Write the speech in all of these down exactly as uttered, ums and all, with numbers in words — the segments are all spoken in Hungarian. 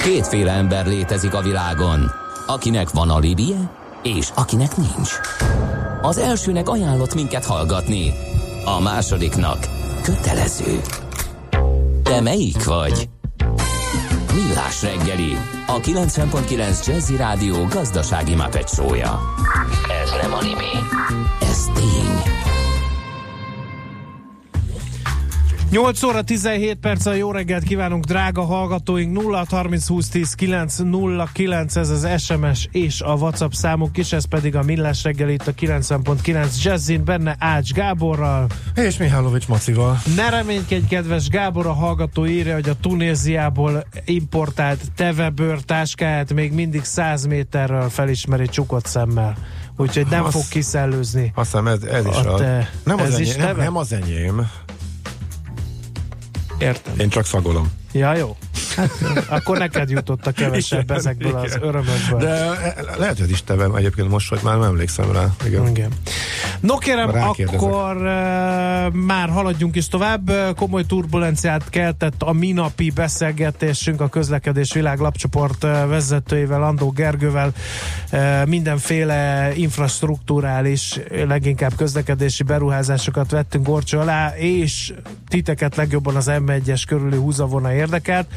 Kétféle ember létezik a világon, akinek van alibije, és akinek nincs. Az elsőnek ajánlott minket hallgatni, a másodiknak kötelező. Te melyik vagy? Millás reggeli, a kilencven pont kilenc Jazzy Rádió gazdasági Muppet show-ja. Ez nem anime, ez tény. nyolc óra tizenhét perc, a jó reggelt kívánunk, drága hallgatóink. Nulla harminc húsz tíz kilenc nulla kilenc, ez az es em es és a WhatsApp számunk is, ez pedig a Millás reggel itt a kilencven pont kilenc Jazzin, benne Ács Gáborral és Mihálovics Macival. Ne reménykedj, kedves Gábor, a hallgató írja, hogy a Tunéziából importált tevebőr táskáját még mindig száz méterről felismeri csukott szemmel. Úgyhogy nem azt, fog kiszellőzni. Azt hiszem ez, ez is a te, nem, az ez enyém, is nem, nem az enyém. Értem. Én csak szagolom. Ja, jó. Hát, akkor neked jutott a kevesebb igen, ezekből igen. Az örömökből. De lehet, hogy is tevem egyébként most, hogy már nem emlékszem rá. Igen. Igen. No kérem, akkor uh, már haladjunk is tovább. Komoly turbulenciát keltett a minapi beszélgetésünk a Közlekedés Világ lapcsoport vezetőivel, Andó Gergővel. Uh, mindenféle infrastrukturális, leginkább közlekedési beruházásokat vettünk górcső alá, és titeket legjobban az em egyes körüli húzavona érdekelt.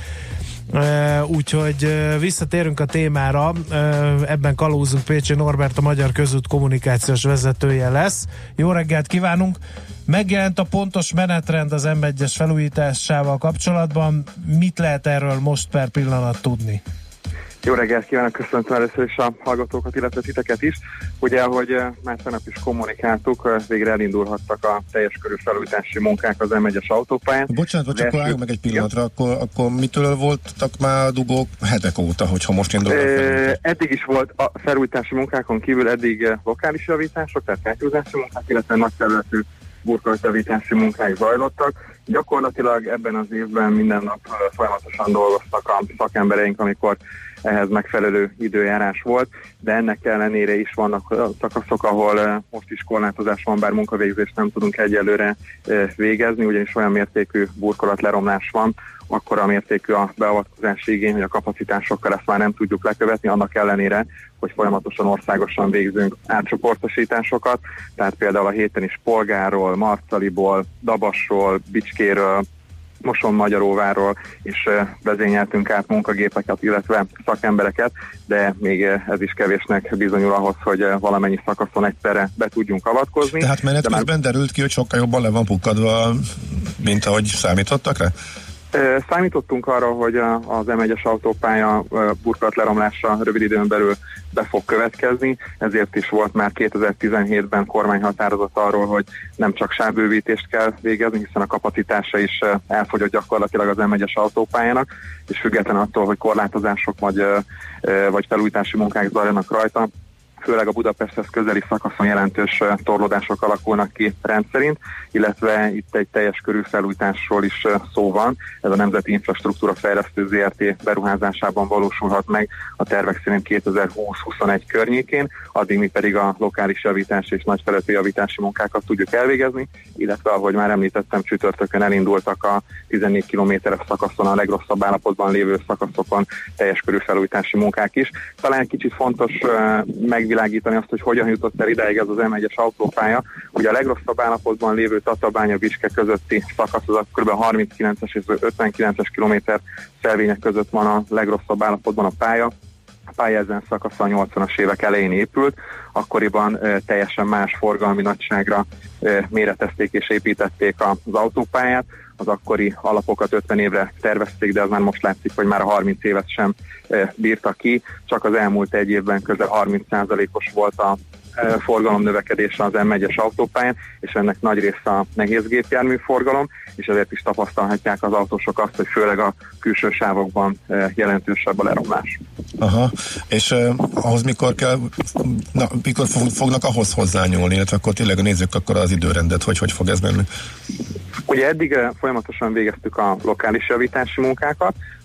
Uh, úgyhogy uh, visszatérünk a témára, uh, ebben kalózunk. Pécsi Norbert, a Magyar Közút kommunikációs vezetője lesz. Jó reggelt kívánunk! Megjelent a pontos menetrend az em egyes felújításával kapcsolatban. Mit lehet erről most per pillanat tudni? Jó reggelt kívánok, köszöntöm először is a hallgatókat, illetve titeket is. Ugye, ahogy már tegnap is kommunikáltuk, végre elindulhattak a teljes körű felújítási munkák az em egyes autópályán. Bocsánat, vagy csak akkor álljunk meg egy pillanatra, akkor, akkor mitől voltak már dugók hetek óta, hogyha most indul a felújítás? Eddig is volt a felújítási munkákon kívül eddig lokális javítások, tehát átjutási munkák, illetve nagy területű burkolatjavítási munkák zajlottak. Gyakorlatilag ebben az évben minden nap folyamatosan dolgoztak a szakembereink, amikor ehhez megfelelő időjárás volt, de ennek ellenére is vannak szakaszok, ahol most is korlátozás van, bár munkavégzést nem tudunk egyelőre végezni, ugyanis olyan mértékű burkolatleromlás van, akkora mértékű a beavatkozási igény, hogy a kapacitásokkal ezt már nem tudjuk lekövetni, annak ellenére, hogy folyamatosan országosan végzünk átcsoportosításokat, tehát például a héten is Polgárról, Marcaliból, Dabasról, Bicskéről, Moson-Magyaróváról is vezényeltünk át munkagépeket, illetve szakembereket, de még ez is kevésnek bizonyul ahhoz, hogy valamennyi szakaszon egyszerre be tudjunk avatkozni. Tehát menet közben már derült ki, hogy sokkal jobban le van pukkadva, mint ahogy számítottak rá? Számítottunk arra, hogy az em egyes autópálya burkolatleromlása rövid időn belül be fog következni, ezért is volt már kétezer-tizenhétben kormányhatározat arról, hogy nem csak sávbővítést kell végezni, hiszen a kapacitása is elfogyott gyakorlatilag az em egyes autópályának, és független attól, hogy korlátozások vagy, vagy felújítási munkák zajlanak rajta, főleg a Budapesthez közeli szakaszon jelentős torlódások alakulnak ki rendszerint, illetve itt egy teljes körű felújításról is szó van. Ez a Nemzeti Infrastruktúra Fejlesztő zé er té beruházásában valósulhat meg a tervek szerint kétezer-húsz-huszonegy környékén, addig mi pedig a lokális javítási és nagyfelületű javítási munkákat tudjuk elvégezni, illetve ahogy már említettem, csütörtökön elindultak a tizennégy kilométeres szakaszon, a legrosszabb állapotban lévő szakaszokon teljes körű felújítási munkák is. Talán kicsit fontos meg világítani azt, hogy hogyan jutott el ideig ez az em egyes autópálya. Ugye a legrosszabb állapotban lévő Tatabánya-Bicske közötti szakasz, az kb. harminckilences és ötvenkilences kilométer szelvények között van a legrosszabb állapotban a pálya. A pálya ezen szakasza a nyolcvanas évek elején épült, akkoriban e, teljesen más forgalmi nagyságra e, méretezték és építették az autópályát. Az akkori alapokat ötven évre tervezték, de az már most látszik, hogy már a harminc évet sem e, bírta ki. Csak az elmúlt egy évben közel harminc százalékos volt a e, forgalom növekedése az em egyes autópályán, és ennek nagy része a nehézgépjármű forgalom, és ezért is tapasztalhatják az autósok azt, hogy főleg a külső sávokban e, jelentősebb a leromlás. Aha, és uh, ahhoz mikor kell, na, mikor fognak ahhoz hozzányúlni, illetve akkor tényleg nézzük akkor az időrendet, hogy hogy fog ez menni. Ugye eddig uh, folyamatosan végeztük a lokális javítási munkákat,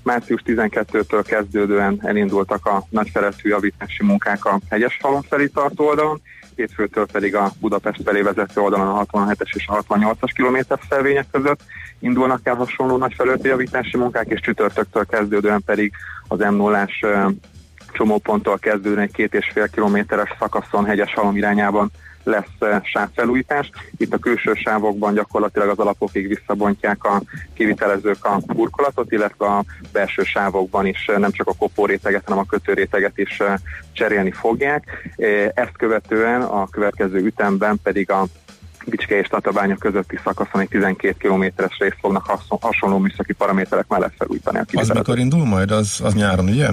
március tizenkettőtől kezdődően elindultak a nagyszeretű javítási munkák a Hegyeshalom felé tartó oldalon, hétfőtől pedig a Budapest felé vezető oldalon a hatvanhetes és a hatvannyolcas kilométer szelvények között indulnak el hasonló nagyfelületi javítási munkák, és csütörtöktől kezdődően pedig az em nullás csomóponttól kezdődően egy két és fél kilométeres szakaszon Hegyeshalom irányában lesz sávfelújítás. Itt a külső sávokban gyakorlatilag az alapokig visszabontják a kivitelezők a burkolatot, illetve a belső sávokban is nem csak a kopóréteget, hanem a kötőréteget is cserélni fogják. Ezt követően a következő ütemben pedig a Bicske és Tatabánya közötti szakaszon egy tizenkét kilométeres részt fognak hasonló műszaki paraméterek mellett felújítani a kivitelezők. Az mikor indul majd? Az, az nyáron, ugye?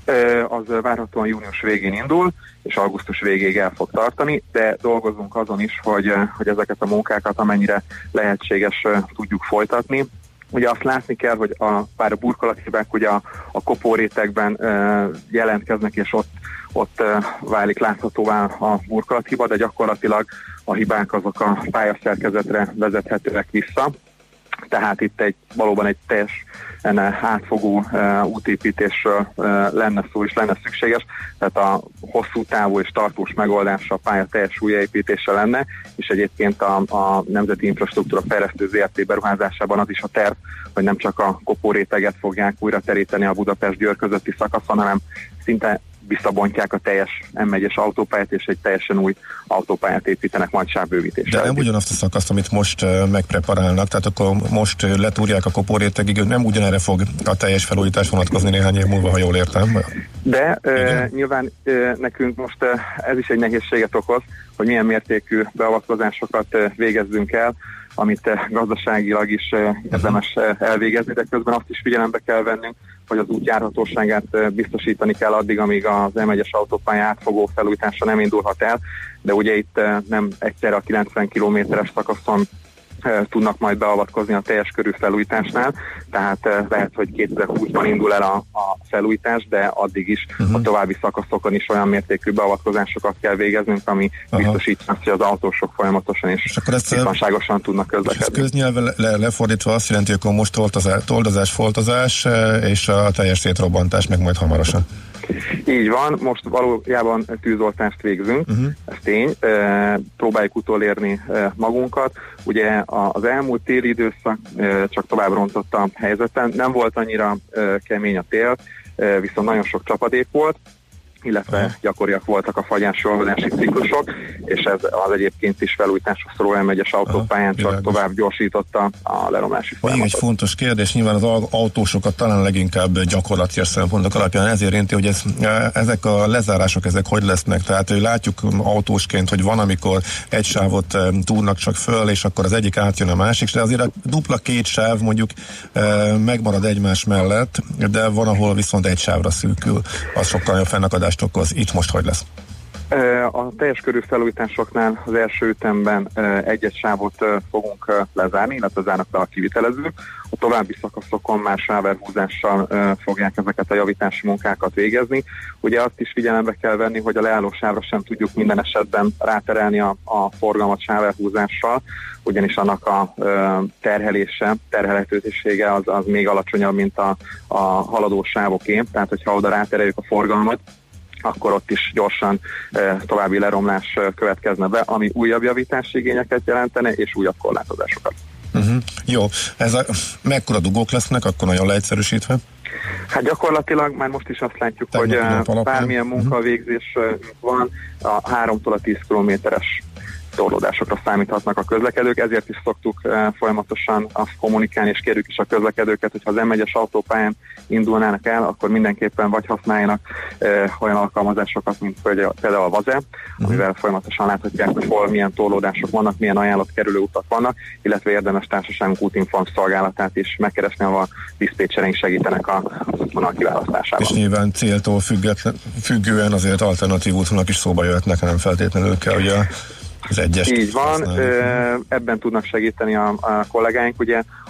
Az várhatóan június végén indul, és augusztus végéig el fog tartani, de dolgozunk azon is, hogy, hogy ezeket a munkákat amennyire lehetséges tudjuk folytatni. Ugye azt látni kell, hogy a, bár a burkolathibák ugye a, a kopórétegben e, jelentkeznek, és ott, ott e, válik láthatóvá a burkolathiba, de gyakorlatilag a hibák azok a pályaszerkezetre vezethetőek vissza. Tehát itt egy, valóban egy teljes átfogó uh, útépítésről uh, lenne szó, és lenne szükséges, tehát a hosszú távú és tartós megoldása a pálya teljes újjáépítése lenne, és egyébként a, a Nemzeti Infrastruktúra Fejlesztő zé er té beruházásában az is a terv, hogy nem csak a kopóréteget fogják újra teríteni a Budapest-Győr közötti szakaszon, hanem szinte visszabontják a teljes em egyes autópályát, és egy teljesen új autópályát építenek majd sávbővítéssel. De nem ugyanazt a szakaszt, amit most uh, megpreparálnak, tehát akkor most uh, letúrják a kopórétegig, nem ugyanerre fog a teljes felújítás vonatkozni néhány év múlva, ha jól értem. De uh, nyilván uh, nekünk most uh, ez is egy nehézséget okoz, hogy milyen mértékű beavatkozásokat uh, végezzünk el, amit uh, gazdaságilag is uh, érdemes uh, elvégezni, de közben azt is figyelembe kell vennünk, hogy az út járhatóságát biztosítani kell addig, amíg az em egyes autópálya átfogó felújítása nem indulhat el, de ugye itt nem egyszerre a kilencven kilométeres szakaszon tudnak majd beavatkozni a teljes körű felújításnál, tehát lehet, hogy kétezer-húszban indul el a, a felújítás, de addig is uh-huh. a további szakaszokon is olyan mértékű beavatkozásokat kell végeznünk, ami Aha. biztosítja, hogy az autósok folyamatosan és biztonságosan tudnak közlekedni. Ez köznyelven le, lefordítva azt jelenti, hogy akkor most toldozás, toldozás, foltozás és a teljes szétrobbantás meg majd hamarosan. Így van, most valójában tűzoltást végzünk, uh-huh. ez tény, e, próbáljuk utolérni e, magunkat. Ugye az elmúlt téli időszak e, csak tovább rontott a helyzeten, nem volt annyira e, kemény a tél, e, viszont nagyon sok csapadék volt, illetve uh-huh. gyakoriak voltak a fagyási olvadási ciklusok, és ez az egyébként is felújításra szóló em egyes autópályán uh-huh. csak tovább gyorsította a leromlási folyamatot. Még egy fontos kérdés, nyilván az autósokat talán leginkább gyakorlatilag szempontok alapján ezért érinti, hogy ez, ezek a lezárások, ezek hogy lesznek, tehát látjuk autósként, hogy van, amikor egy sávot túrnak csak föl, és akkor az egyik átjön a másik, de azért a dupla két sáv mondjuk megmarad egymás mellett, de van, ahol viszont egy sávra szűkül, az sokkal nagyobb fennakadást okoz. Itt most hogy lesz? A teljes körű felújításoknál az első ütemben egy-egy sávot fogunk lezárni, illetve zárnak le a kivitelezők. A további szakaszokon már sáverhúzással fogják ezeket a javítási munkákat végezni. Ugye azt is figyelembe kell venni, hogy a leálló sávra sem tudjuk minden esetben ráterelni a, a forgalmat sáverhúzással, ugyanis annak a terhelése, terhelhetősége az, az még alacsonyabb, mint a, a haladó sávoké. Tehát, hogyha oda rátereljük a forgalmat, akkor ott is gyorsan e, további leromlás e, következne be, ami újabb javítási igényeket jelentene, és újabb korlátozásokat. Uh-huh. Jó, ez a, mekkora dugók lesznek, akkor nagyon leegyszerűsítve? Hát gyakorlatilag már most is azt látjuk, Te hogy bármilyen munkavégzés uh-huh. van, a háromtól a tíz kilométeres torlódásokra számíthatnak a közlekedők, ezért is szoktuk e, folyamatosan azt kommunikálni, és kérjük is a közlekedőket, hogyha az em egyes autópályán indulnának el, akkor mindenképpen vagy használjanak e, olyan alkalmazásokat, mint például a Vaze, uh-huh. amivel folyamatosan láthatják, hogy hol milyen torlódások vannak, milyen ajánlott kerülő utak vannak, illetve érdemes társaságunk útinform szolgálatát is megkeresni, ahol diszpécsereink segítenek a, az útvonal kiválasztásában. És nyilván céltól függően azért alternatív útvonalak is szóba jöhetnek, nem feltétlenül kell, ugye az egyes. Így van, használni. Ebben tudnak segíteni a, a kollégáink. Ugye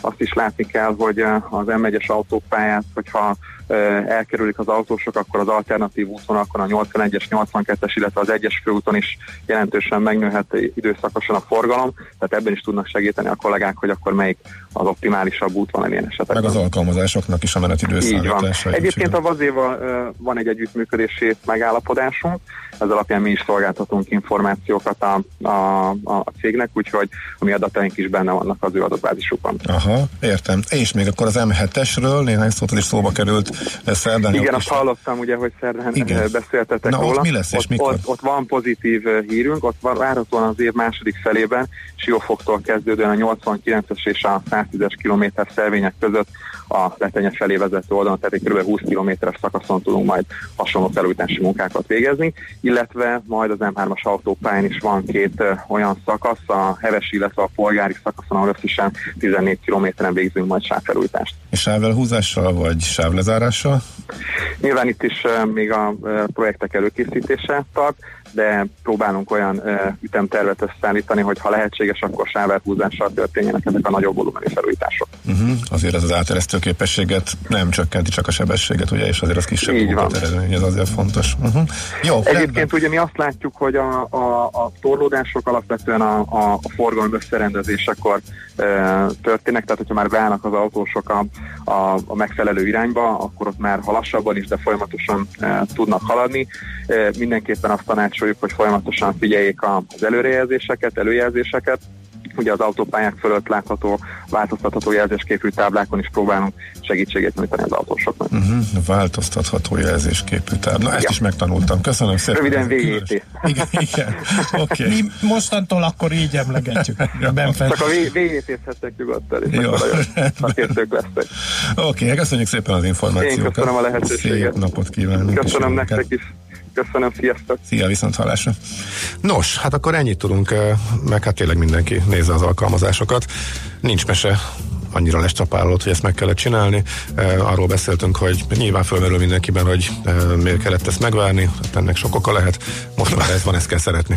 azt is látni kell, hogy az em egyes autópályát, hogyha elkerülik az autósok, akkor az alternatív útvonalakon a nyolcvanegyes, nyolcvankettes, illetve az egyes főúton is jelentősen megnőhet időszakosan a forgalom, tehát ebben is tudnak segíteni a kollégák, hogy akkor melyik az optimálisabb útvonal ilyen esetekben. Meg az alkalmazásoknak is a menetidőszállítása. Egyébként a Vazéval van egy együttműködési megállapodásunk, ez alapján mi is szolgáltatunk információkat a, a, a cégnek, úgyhogy a mi adataink is benne vannak az ő adatbázisukban. Aha, értem. És még akkor az em hetesről néhány szót is szóba került szerdán. Igen, azt hallottam ugye, hogy szerdán igen. beszéltetek Na, róla. Ott mi lesz és ott, mikor? Ott, ott van pozitív hírünk, ott várhatóan az év második felében Siófoktól kezdődően a nyolcvankilences és a száztízes kilométer szelvények között a Letenye felé vezető oldalon, tehát egy kb. húsz kilométeres szakaszon tudunk majd hasonló felújítási munkákat végezni, illetve majd az em hármas autópályán is van két uh, olyan szakasz, a hevesi, illetve a polgári szakaszon, ahol összesen tizennégy kilométeren végzünk majd sávfelújítást. És sávelhúzással vagy sávlezárással? Nyilván itt is uh, még a uh, projektek előkészítése tart, de próbálunk olyan uh, ütemtervet összeállítani, hogy ha lehetséges, akkor sávelhúzással történjenek ezek a nagyobb volumenű felújítások. Uh-huh. Azért ez az áteresztő képességet nem csökkenti, csak a sebességet, ugye, és azért az kisebb munkat eredmény, ez azért fontos. Uh-huh. Jó, egyébként rendben. ugye mi azt látjuk, hogy a, a, a torlódások alapvetően a, a, a forgalom összerendezésekor e, történnek, tehát hogyha már beállnak az autósok a, a, a megfelelő irányba, akkor ott már lassabban is, de folyamatosan e, tudnak haladni. E, mindenképpen azt tanácsoljuk, hogy folyamatosan figyeljék az előrejelzéseket, előjelzéseket. Ugye az autópályák fölött látható, változtatható jelzésképű táblákon is próbálunk segítséget nyújtani az autósoknak. Uh-huh. Változtatható jelzésképű táblá. Na, ezt ja. is megtanultam. Köszönöm szépen. Röviden vé jé té. Igen, igen. Okay. Mi mostantól akkor így emlegetjük. Csak a vé jé té-zhettek nyugodtan, és akkor nagyon szakértők lesznek. Oké, okay, köszönjük szépen az információkat. Én köszönöm a lehetőséget. Szép napot kívánunk. Köszönöm nektek is. Köszönöm, sziasztok! Szia, viszont hallásra! Nos, hát akkor ennyit tudunk, meg hát tényleg mindenki nézze az alkalmazásokat. Nincs mese annyira lescsapálódott, hogy ezt meg kellett csinálni. Arról beszéltünk, hogy nyilván fölmerül mindenkiben, hogy miért kellett ezt megvárni, hát ennek sok oka lehet. Most már ez van, ezt kell szeretni.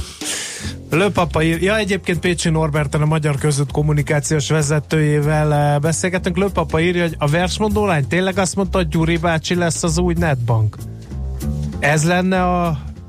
Lőpapa ír, ja egyébként Pécsi Norberten, a Magyar Közút kommunikációs vezetőjével beszélgetünk. Lőpapa írja, hogy a versmondó lány tényleg azt mondta, hogy Gyuri bácsi lesz az új netbank. Ez lenne a,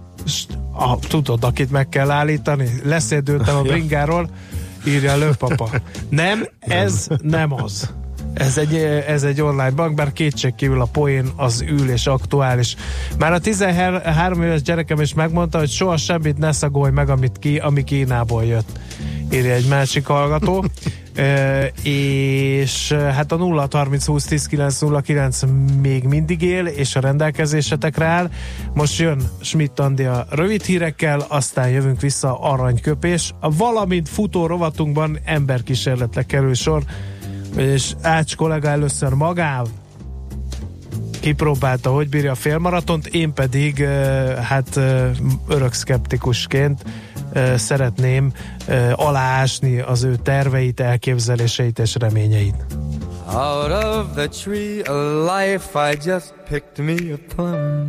a tudod, akit meg kell állítani? Leszédültem a bringáról, írja a Lőpapa. Nem, ez nem az. Ez egy, ez egy online bank, bár kétségkívül a poén az ül és aktuális. Már a tizenhárom éves gyerekem is megmondta, hogy soha semmit ne szagolj meg, amit ki, ami Kínából jött. Írja egy másik hallgató. e, és hát a nulla harminc húsz tíz kilenc nulla kilenc még mindig él, és a rendelkezésetekre áll. Most jön Schmidt Andi a rövid hírekkel, aztán jövünk vissza aranyköpés. Valamint futó rovatunkban emberkísérletre kerül sor, és Ács kollega először magával kipróbálta, hogy bírja a félmaratont, én pedig hát örök szkeptikusként szeretném aláásni az ő terveit, elképzeléseit és reményeit. Out of the tree of life I just picked me a plum.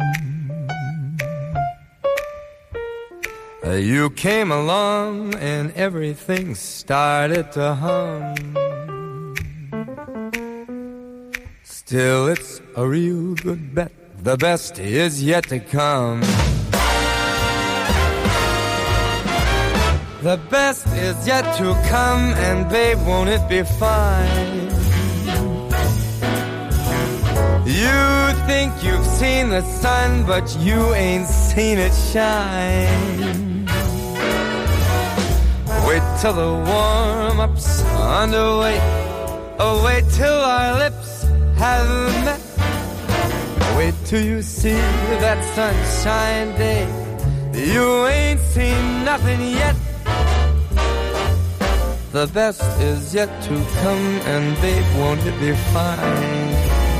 You came along and everything started to hum. Still it's a real good bet, the best is yet to come. The best is yet to come, and babe, won't it be fine? You think you've seen the sun, but you ain't seen it shine. Wait till the warm-up's underway. Oh, wait till our lips have met. Wait till you see that sunshine day. You ain't seen nothing yet. The best is yet to come, and babe, won't it be fine?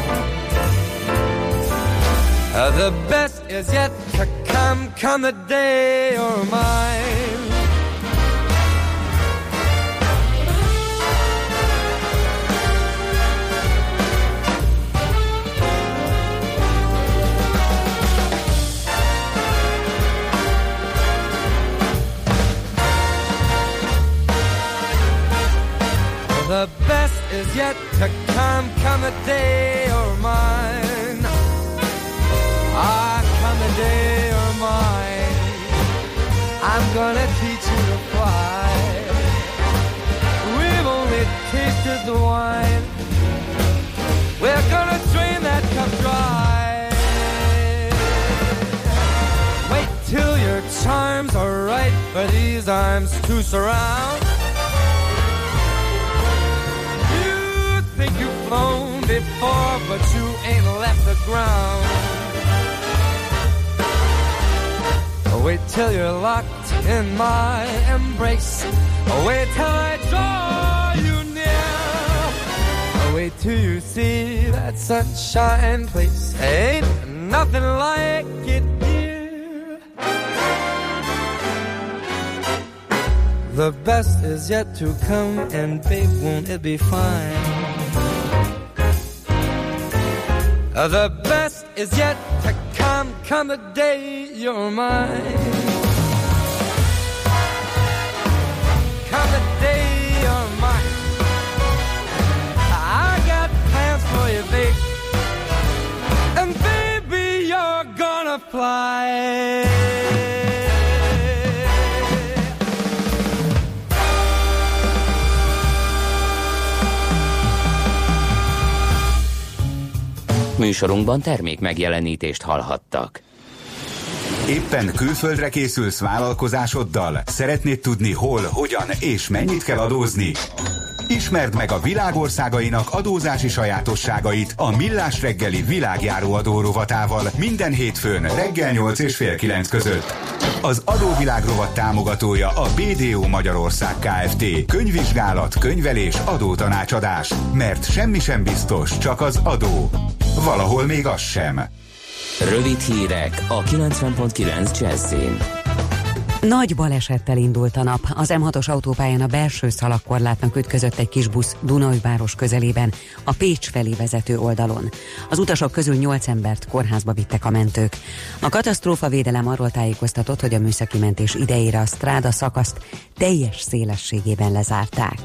Uh, the best is yet to come, come the day you're mine. The best is yet yet to come, come a day or mine. Ah, come a day or mine, I'm gonna teach you to fly. We've only tasted the wine, we're gonna drain that cup dry. Wait till your charms are right for these arms to surround. You think you've flown before, but you ain't left the ground. Wait till you're locked in my embrace. Wait till I draw you near. Wait till you see that sunshine place. Ain't nothing like it here. The best is yet to come, and babe, won't it be fine? The best is yet to come, come the day you're mine. Come the day you're mine. I got plans for you, babe, and baby, you're gonna fly. Műsorunkban termék megjelenítést hallhattak. Éppen külföldre készülsz vállalkozásoddal? Szeretnéd tudni hol, hogyan és mennyit kell adózni? Ismerd meg a világ országainak adózási sajátosságait a Millás reggeli világjáró adó rovatával minden hétfőn reggel nyolc és fél kilenc között. Az adóvilág rovat támogatója a bé dé o Magyarország Kft. Könyvvizsgálat, könyvelés, adótanácsadás. Mert semmi sem biztos, csak az adó. Valahol még az sem. Rövid hírek a kilencven pont kilenc Jazzin. Nagy balesettel indult a nap. Az em hatos autópályán a belső szalagkorlátnak ütközött egy kis busz Dunajváros közelében, a Pécs felé vezető oldalon. Az utasok közül nyolc embert kórházba vittek a mentők. A katasztrófavédelem arról tájékoztatott, hogy a műszaki mentés idejére a stráda szakaszt teljes szélességében lezárták.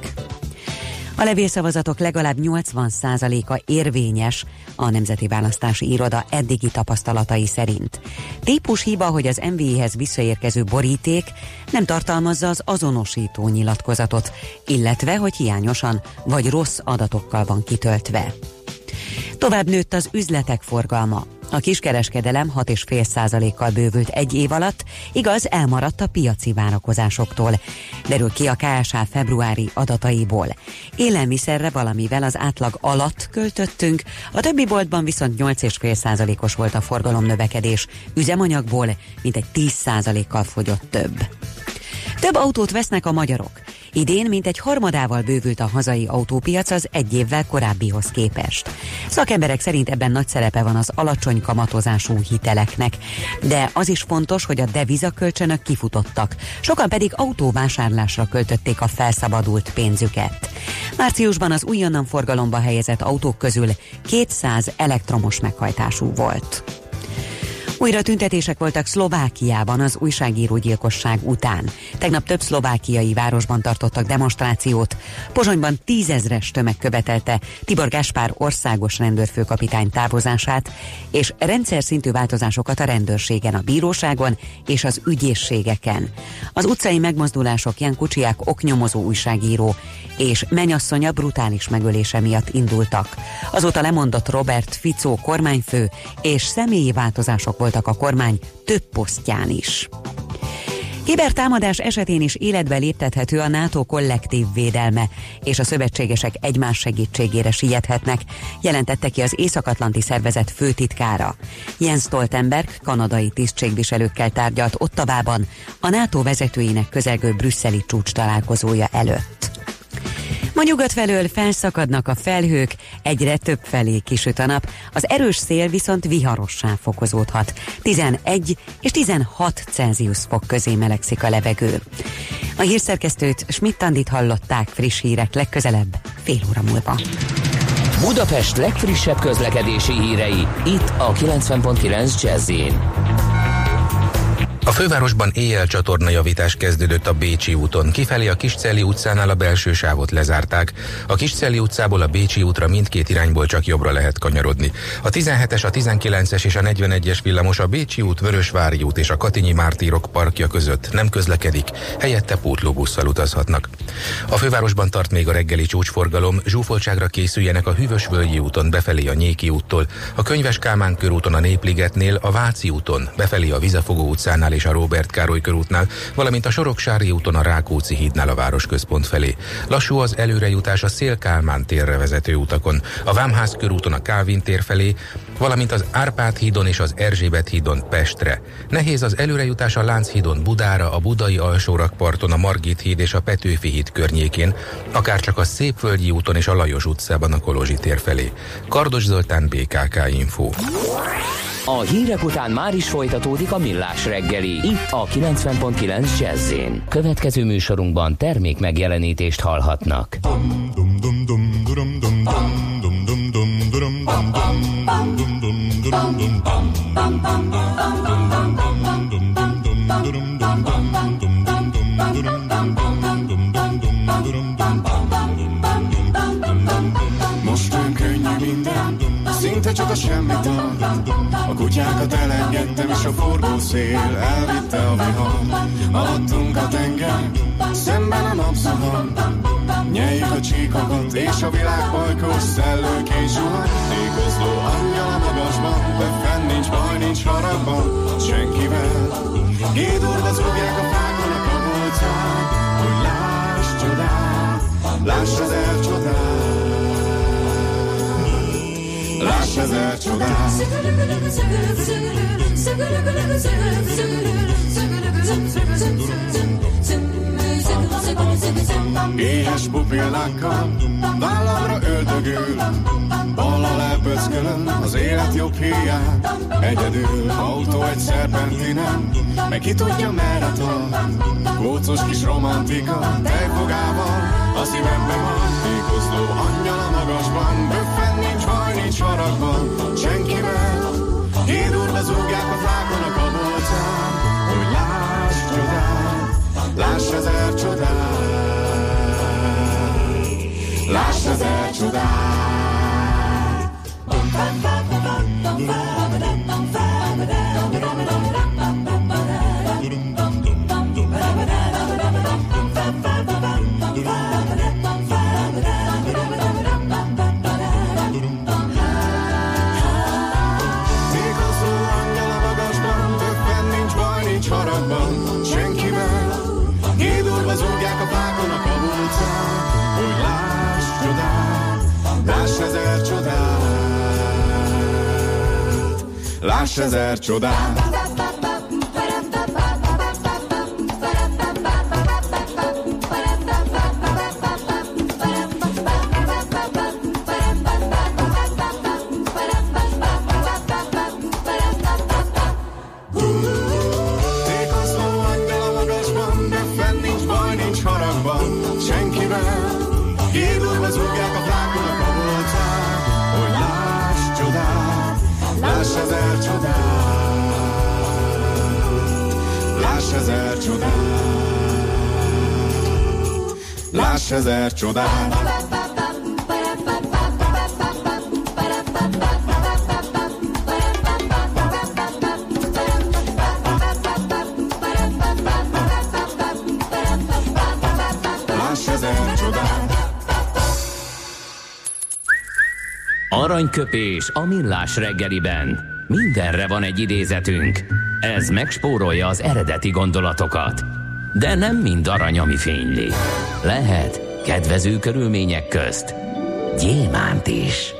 A levélszavazatok legalább nyolcvan százaléka érvényes a Nemzeti Választási Iroda eddigi tapasztalatai szerint. Típus hiba, hogy az em vé i-hez visszaérkező boríték nem tartalmazza az azonosító nyilatkozatot, illetve hogy hiányosan vagy rossz adatokkal van kitöltve. Tovább nőtt az üzletek forgalma. A kiskereskedelem hat egész öt százalékkal bővült egy év alatt, igaz, elmaradt a piaci várakozásoktól. Derül ki a ká es há februári adataiból. Élelmiszerre valamivel az átlag alatt költöttünk, a többi boltban viszont nyolc egész öt százalékos volt a forgalom növekedés, üzemanyagból mintegy tíz százalékkal fogyott több. Több autót vesznek a magyarok. Idén mintegy harmadával bővült a hazai autópiac az egy évvel korábbihoz képest. Szakemberek szerint ebben nagy szerepe van az alacsony kamatozású hiteleknek, de az is fontos, hogy a devizakölcsönök kifutottak, sokan pedig autóvásárlásra költötték a felszabadult pénzüket. Márciusban az újonnan forgalomba helyezett autók közül kétszáz elektromos meghajtású volt. Újra tüntetések voltak Szlovákiában az újságírógyilkosság után. Tegnap több szlovákiai városban tartottak demonstrációt. Pozsonyban tízezres tömeg követelte Tibor Gáspár országos rendőrfőkapitány távozását, és rendszer szintű változásokat a rendőrségen, a bíróságon és az ügyészségeken. Az utcai megmozdulások Ján Kucsiák oknyomozó újságíró és menyasszonya brutális megölése miatt indultak. Azóta lemondott Robert Fico kormányfő, és személyi változások voltak a kormány több posztján is. Kibertámadás esetén is életbe léptethető a NATO kollektív védelme, és a szövetségesek egymás segítségére siethetnek, jelentette ki az Észak-Atlanti Szervezet főtitkára. Jens Stoltenberg kanadai tisztségviselőkkel tárgyalt Ottawában a NATO vezetőinek közelgő brüsszeli csúcs találkozója előtt. Ma nyugat felől felszakadnak a felhők, egyre több felé kisüt a nap, az erős szél viszont viharossá fokozódhat. tizenegy és tizenhat Celsius fok közé melegszik a levegő. A hírszerkesztőt, Schmidt-Andit hallották, friss hírek legközelebb, fél óra múlva. Budapest legfrissebb közlekedési hírei, itt a kilencven pont kilenc Jazz-in. A fővárosban éjjel csatornajavítás kezdődött a Bécsi úton. Kifelé a Kiscelli utcánál a belső sávot lezárták. A Kiscelli utcából a Bécsi útra mindkét irányból csak jobbra lehet kanyarodni. A tizenhetes, a tizenkilences és a negyvenegyes villamos a Bécsi út, Vörösvári út és a Katinyi Mártírok parkja között nem közlekedik, helyette pótlóbusszal utazhatnak. A fővárosban tart még a reggeli csúcsforgalom, zsúfoltságra készüljenek a Hűvösvölgyi úton befelé a Nyéki úttól, a Könyves Kálmán körúton a Népligetnél, a Váci úton befelé a Vizefogó utcánál és a Róbert Károly körútnál, valamint a Soroksári úton a Rákóczi hídnál a városközpont felé. Lassú az előrejutás a Széll-Kálmán térre vezető utakon, a Vámház körúton a Kálvin tér felé, valamint az Árpád hídon és az Erzsébet hídon Pestre. Nehéz az előrejutás a Lánchídon Budára, a Budai alsórakparton, a Margit híd és a Petőfi híd környékén, akár csak a Szépvölgyi úton és a Lajos utcában a Kolozsi tér felé. Kardos Zoltán, bé ká ká Info. A hírek után már is folytatódik a Millás reggeli, itt a kilencven pont kilenc Jazz-én. Következő műsorunkban termék megjelenítést hallhatnak. Most olyan könnyű minden, szinte csak a semmit ad. A kutyákat elengedtem, és a forgó szél elvitte a vihar. Alattunk a tenger, szemben a napszahar. Nyeljük a csíkokat, és a világ bajkos szellők és zsuhar. Tékozló angyal a magasban, de fenn nincs baj, nincs haragban senkivel. Gédorba zúgják a fákon a kabolcán, hogy láss csodát, láss ezer csodát. Láss ezer csodát. Éhes pupillákkal vállamra öldögül, ballal elpöckölöm az élet jobb híján. Egyedül autó egy szerpentinen, meg ki tudja merre tart. Kócos kis romantika tejfogával a szívemben van. Tékozló angyal a magasban, böffen nincs baj, nincs haragban senkivel. Hídurva zúgják a fákon a kabolcán, hogy láss csodát, láss ezer csodát, láss ezer csodát. Zúgják a fákon a kabolcán, hogy láss csodát, láss ezer csodát, láss ezer csodát. Láss ezer csodát. Láss ezer csodát. Aranyköpés a Millás reggeliben. Mindenre van egy idézetünk. Ez megspórolja az eredeti gondolatokat. De nem mind arany, ami fényli. Lehet kedvező körülmények közt gyémánt is.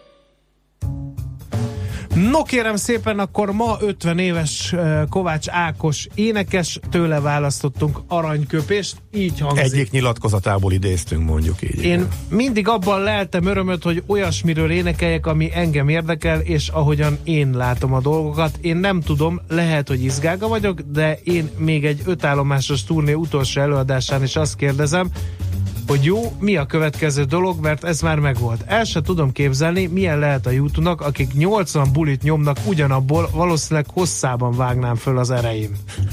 No kérem szépen, akkor ma ötven éves Kovács Ákos énekes, tőle választottunk aranyköpést, így hangzik. Egyik nyilatkozatából idéztünk, mondjuk így. Én igen. mindig abban leltem örömöt, hogy olyasmiről énekeljek, ami engem érdekel, és ahogyan én látom a dolgokat. Én nem tudom, lehet, hogy izgága vagyok, de én még egy ötállomásos turné utolsó előadásán is azt kérdezem, hogy jó, mi a következő dolog, mert ez már megvolt. El se tudom képzelni, milyen lehet a YouTube-nak, akik nyolcvan bulit nyomnak ugyanabból, valószínűleg hosszában vágnám föl az ereim.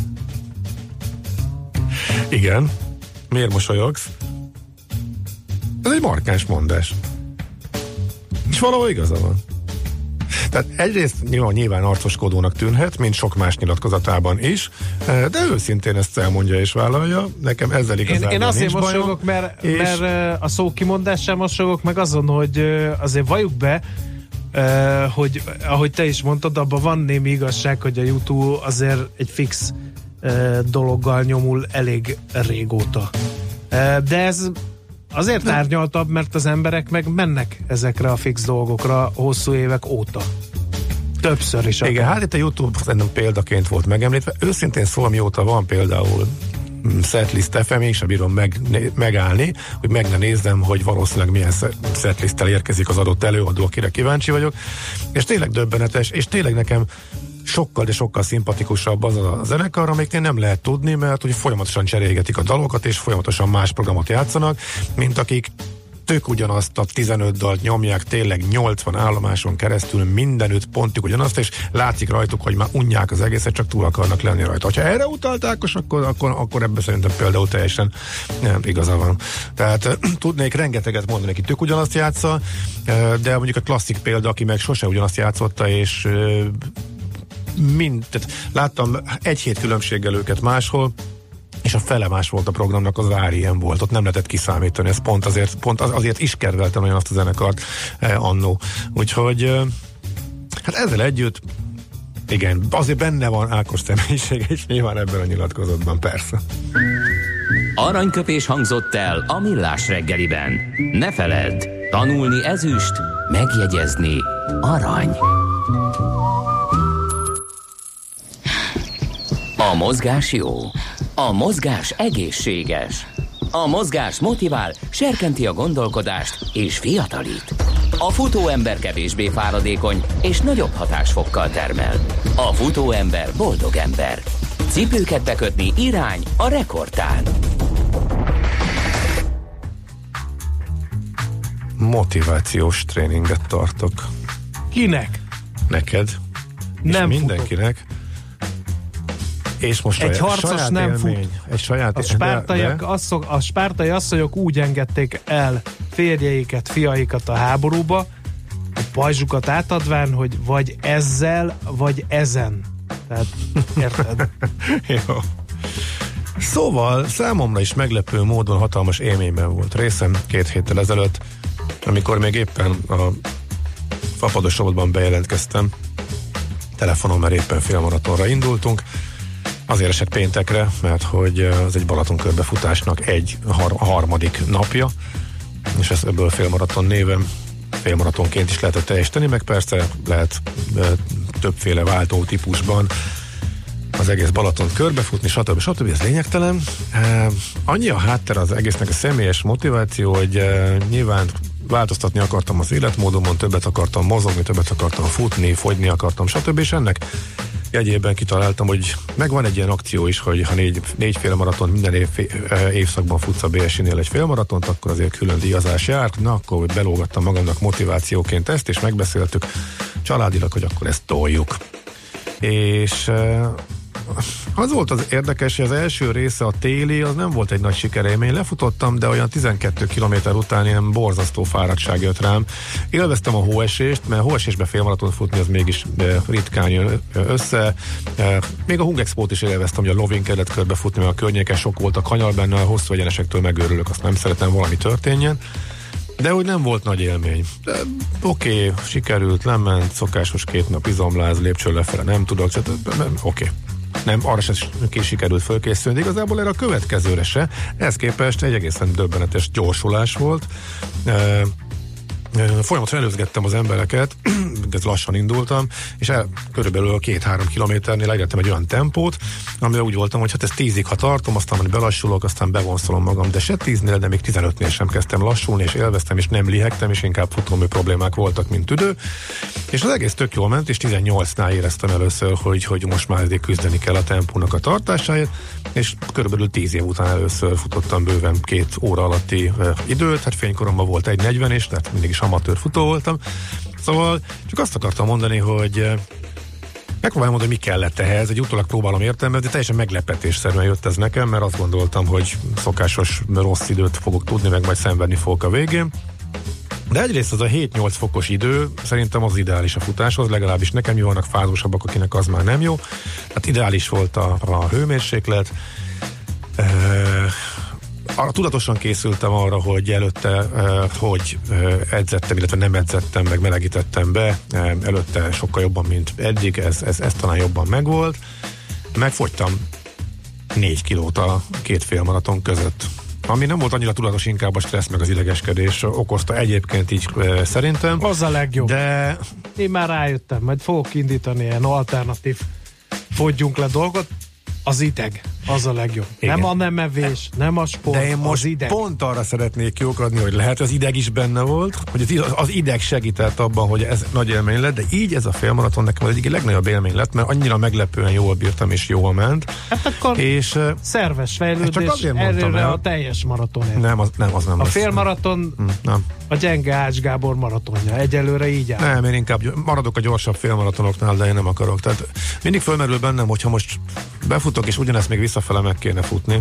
Igen. Miért mosolyogsz? Ez egy markáns mondás. És valahol igaza van. Tehát egyrészt nyilván, nyilván arcoskodónak tűnhet, mint sok más nyilatkozatában is, de őszintén ezt elmondja és vállalja. Nekem ezzel igazából Én, én azért nincs mosolygok, mert, és... mert a szókimondás sem mosolygok, meg azon, hogy azért valljuk be, hogy ahogy te is mondtad, abban van némi igazság, hogy a YouTube azért egy fix dologgal nyomul elég régóta. De ez azért árnyaltabb, mert az emberek meg mennek ezekre a fix dolgokra hosszú évek óta. Többször is. Igen, hát itt a YouTube szerintem példaként volt megemlítve. Őszintén szól, mióta van például setlist ef em, én sem bírom meg, megállni, hogy meg ne nézzem, hogy valószínűleg milyen setlisttel érkezik az adott előadó, akire kíváncsi vagyok. És tényleg döbbenetes, és tényleg nekem sokkal, de sokkal szimpatikusabb az a zenekar, amiknél nem lehet tudni, mert hogy folyamatosan cserélgetik a dalokat, és folyamatosan más programot játszanak, mint akik tök ugyanazt a tizenöt dalt nyomják tényleg nyolcvan állomáson keresztül mindenütt pontig ugyanazt, és látszik rajtuk, hogy már unják az egészet, csak túl akarnak lenni rajta. Ha erre utalták, akkor, akkor, akkor ebben szerintem például teljesen nem, igaza van. Tehát tudnék rengeteget mondani, aki tök ugyanazt játsza, de mondjuk a klasszik példa, aki meg sose ugyanazt játszotta, és mind, tehát láttam egy hét különbséggel őket máshol, és a fele más volt a programnak, az á er em volt, ott nem lehetett kiszámítani, ez pont azért, pont azért is kedveltem nagyon azt a zenekart eh, annó. Úgyhogy eh, hát ezzel együtt igen, azért benne van Ákos személyiség, és nyilván ebben a nyilatkozatban, persze. Aranyköpés hangzott el a Millás reggeliben. Ne feledd, tanulni ezüst, megjegyezni arany. A mozgás jó. A mozgás egészséges. A mozgás motivál, serkenti a gondolkodást és fiatalít. A futóember kevésbé fáradékony és nagyobb hatásfokkal termel. A futóember boldog ember. Cipőket bekötni irány a rekordtán. Motivációs tréninget tartok. Kinek? Neked. Nem és mindenkinek. Futok. És most egy saját, harcos saját nem élmény, fut. Egy saját a, spártaiak, de, de... Asszok, a spártai asszonyok úgy engedték el férjeiket, fiaikat a háborúba, a pajzsukat átadván, hogy vagy ezzel, vagy ezen. Tehát, érted? Jó. Szóval számomra is meglepő módon hatalmas élményben volt részem két héttel ezelőtt, amikor még éppen a fapados rovatban bejelentkeztem. Telefonon már éppen félmaratonra indultunk. Azért esett péntekre, mert hogy az egy Balaton körbefutásnak egy har- harmadik napja, és ez ebből félmaraton néven félmaratonként is lehetett teljesíteni, meg persze lehet e, többféle váltó típusban az egész Balatont körbefutni, stb. stb. Ez lényegtelen. E, annyi a háttér az egésznek a személyes motiváció, hogy e, nyilván változtatni akartam az életmódomon, többet akartam mozogni, többet akartam futni, fogyni akartam, stb. És ennek jegyében kitaláltam, hogy megvan egy ilyen akció is, hogy ha négy, négy félmaraton minden év, évszakban futsz a bé es i-nél egy félmaratont, akkor azért külön díjazás jár. Na, akkor belógattam magamnak motivációként ezt, és megbeszéltük családilag, hogy akkor ezt toljuk. És az volt az érdekes, hogy az első része, a téli, az nem volt egy nagy sikerélmény. Lefutottam, de olyan tizenkét kilométer után ilyen borzasztó fáradtság jött rám. Élveztem a hóesést, mert hóesésbe félmaraton futni az mégis ritkán jön össze. Még a Hungexpót is élveztem, hogy a lovin kellett körbefutni, mert a környéken sok volt a kanyar benne, a hosszú egyenesektől megőrülök, azt nem szeretem, valami történjen. De úgy nem volt nagy élmény. Oké, okay, sikerült, lement, szokásos két nap izomláz, lépcső lefele, nem tudok, oké. Okay. Nem, arra sem ki sikerült fölkészülni, de igazából erre a következőre se. Ez képest egy egészen döbbenetes gyorsulás volt. E, Folyamatosan előzgettem az embereket, de lassan indultam, és el, körülbelül két-három kilométernél elértem egy olyan tempót, amire úgy voltam, hogy hát ez tízig, ha tartom, aztán majd belassulok, aztán bevonszolom magam, de se tíznél, de még tizenötnél sem kezdtem lassulni, és élveztem, és nem lihegtem, és inkább futómű problémák voltak, mint tüdő. És az egész tök jól ment, és tizennyolcnál éreztem először, hogy, hogy most már eddig küzdeni kell a tempónak a tartásáért, és körülbelül tíz év után először futottam bőven két óra alatti uh, időt, hát fénykoromban volt egy negyven is, tehát mindig is amatőr futó voltam. Szóval csak azt akartam mondani, hogy uh, megpróbálom mondani, mi kellett ehhez, egy utólag próbálom értelmezni, de teljesen meglepetésszerűen jött ez nekem, mert azt gondoltam, hogy szokásos rossz időt fogok tudni, meg majd szenvedni fogok a végén. De egyrészt az a hét-nyolc fokos idő szerintem az ideális a futáshoz, legalábbis nekem jó, vannak fázusabbak, akinek az már nem jó. Hát ideális volt a, a hőmérséklet. E, arra tudatosan készültem arra, hogy előtte, e, hogy edzettem, illetve nem edzettem, meg melegítettem be. E, előtte sokkal jobban, mint eddig, ez, ez, ez talán jobban megvolt. Megfogytam négy kilót a két félmaraton között. Ami nem volt annyira tudatos, inkább a stressz meg az idegeskedés okozta egyébként így e, szerintem. Az a legjobb. De én már rájöttem, majd fogok indítani ilyen alternatív fogyjunk le dolgot. Az ideg, az a legjobb. Igen. Nem a nem evés, nem a sport, de én most az ideg. Pont arra szeretnék kiukadni, hogy lehet az ideg is benne volt, hogy az ideg segített abban, hogy ez nagy élmény lett, de így ez a félmaraton nekem az egyik legnagyobb élmény lett, mert annyira meglepően jól bírtam és jól ment. Hát akkor és, szerves fejlődés erre a teljes maratonért. Nem, az nem. Az nem a az, félmaraton nem. Nem. a gyenge Ács Gábor maratonja. Egyelőre így áll. Nem, én inkább maradok a gyorsabb félmaratonoknál, de én nem akarok. Tehát mindig fölmerül bennem, hogyha most befutok, és ugyanezt még visszafele meg kéne futni.